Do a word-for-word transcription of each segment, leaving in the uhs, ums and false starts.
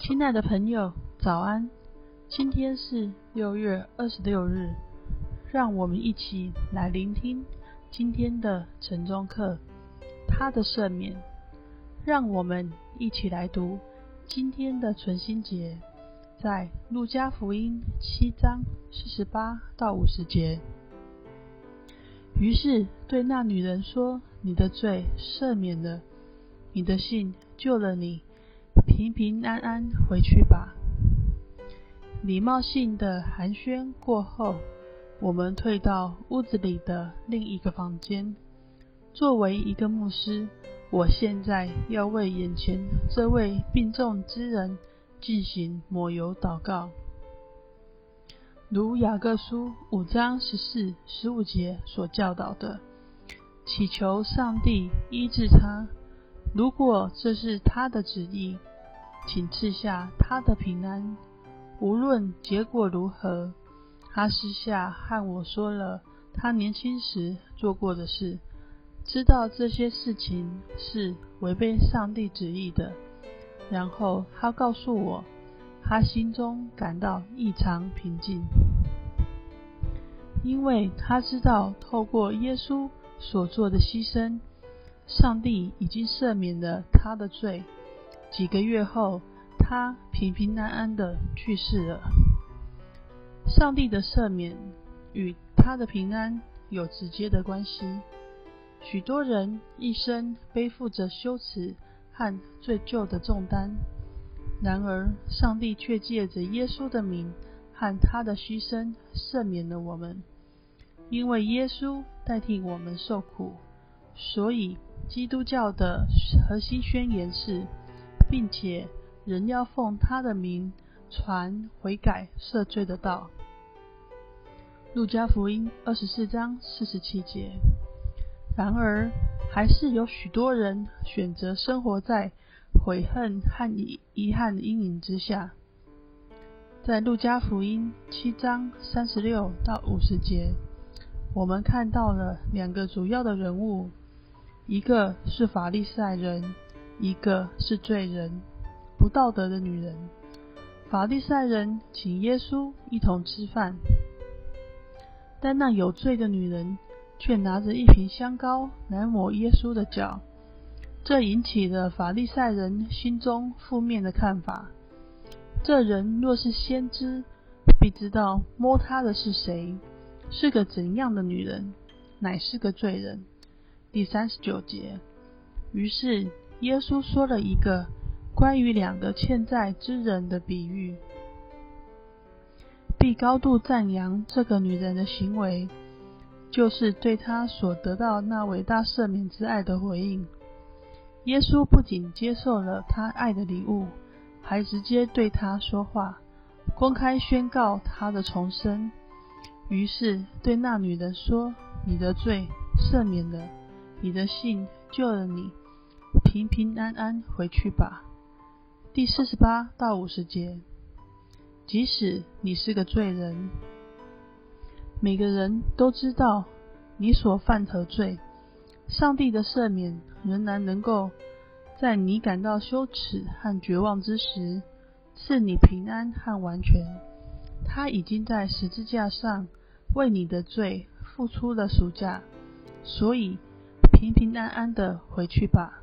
亲爱的朋友，早安！今天是六月二十六日，让我们一起来聆听今天的晨钟课，他的赦免。让我们一起来读今天的存心节，在路加福音七章四十八到五十节。于是对那女人说：你的罪赦免了，你的信救了你，平平安安回去吧。礼貌性的寒暄过后，我们退到屋子里的另一个房间。作为一个牧师，我现在要为眼前这位病重之人进行抹油祷告。如雅各书五章十四、十五节所教导的，祈求上帝医治他，如果这是他的旨意，请赐下他的平安。无论结果如何，他私下和我说了他年轻时做过的事，知道这些事情是违背上帝旨意的。然后他告诉我，他心中感到异常平静，因为他知道透过耶稣所做的牺牲，上帝已经赦免了他的罪。几个月后，他平平安安地去世了。上帝的赦免与他的平安有直接的关系。许多人一生背负着羞耻和罪疚的重担，然而上帝却借着耶稣的名和他的牺牲赦免了我们。因为耶稣代替我们受苦，所以基督教的核心宣言是，并且人要奉他的名传悔改赦罪的道。路加福音二十四章四十七节。然而还是有许多人选择生活在悔恨和遗憾的阴影之下。在路加福音七章三十六到五十节，我们看到了两个主要的人物，一个是法利赛人，一个是罪人，不道德的女人。法利赛人请耶稣一同吃饭，但那有罪的女人却拿着一瓶香膏来抹耶稣的脚，这引起了法利赛人心中负面的看法。这人若是先知，必知道摸他的是谁，是个怎样的女人，乃是个罪人。第三十九节。于是耶稣说了一个关于两个欠债之人的比喻，必高度赞扬这个女人的行为，就是对她所得到那伟大赦免之爱的回应。耶稣不仅接受了她爱的礼物，还直接对她说话，公开宣告她的重生。于是对那女人说：你的罪赦免了，你的信救了你，平平安安回去吧。第四十八到五十节。即使你是个罪人，每个人都知道你所犯何罪，上帝的赦免仍然能够在你感到羞耻和绝望之时，赐你平安和完全。他已经在十字架上为你的罪付出了赎价，所以平平安安的回去吧。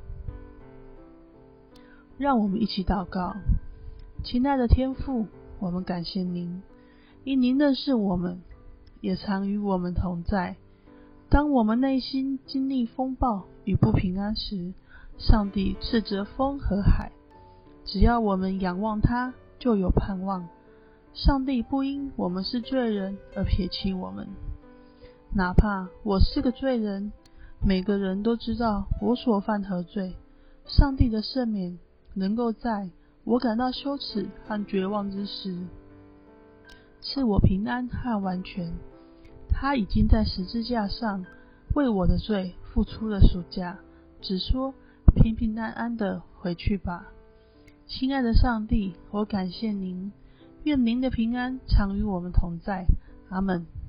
让我们一起祷告。亲爱的天父，我们感谢您，因您认识我们，也常与我们同在。当我们内心经历风暴与不平安时，上帝斥责风和海，只要我们仰望他，就有盼望。上帝不因我们是罪人而撇弃我们。哪怕我是个罪人，每个人都知道我所犯何罪，上帝的赦免能够在我感到羞耻和绝望之时，赐我平安和完全。他已经在十字架上为我的罪付出了赎价，只说平平安安的回去吧。亲爱的上帝，我感谢您，愿您的平安常与我们同在。阿们。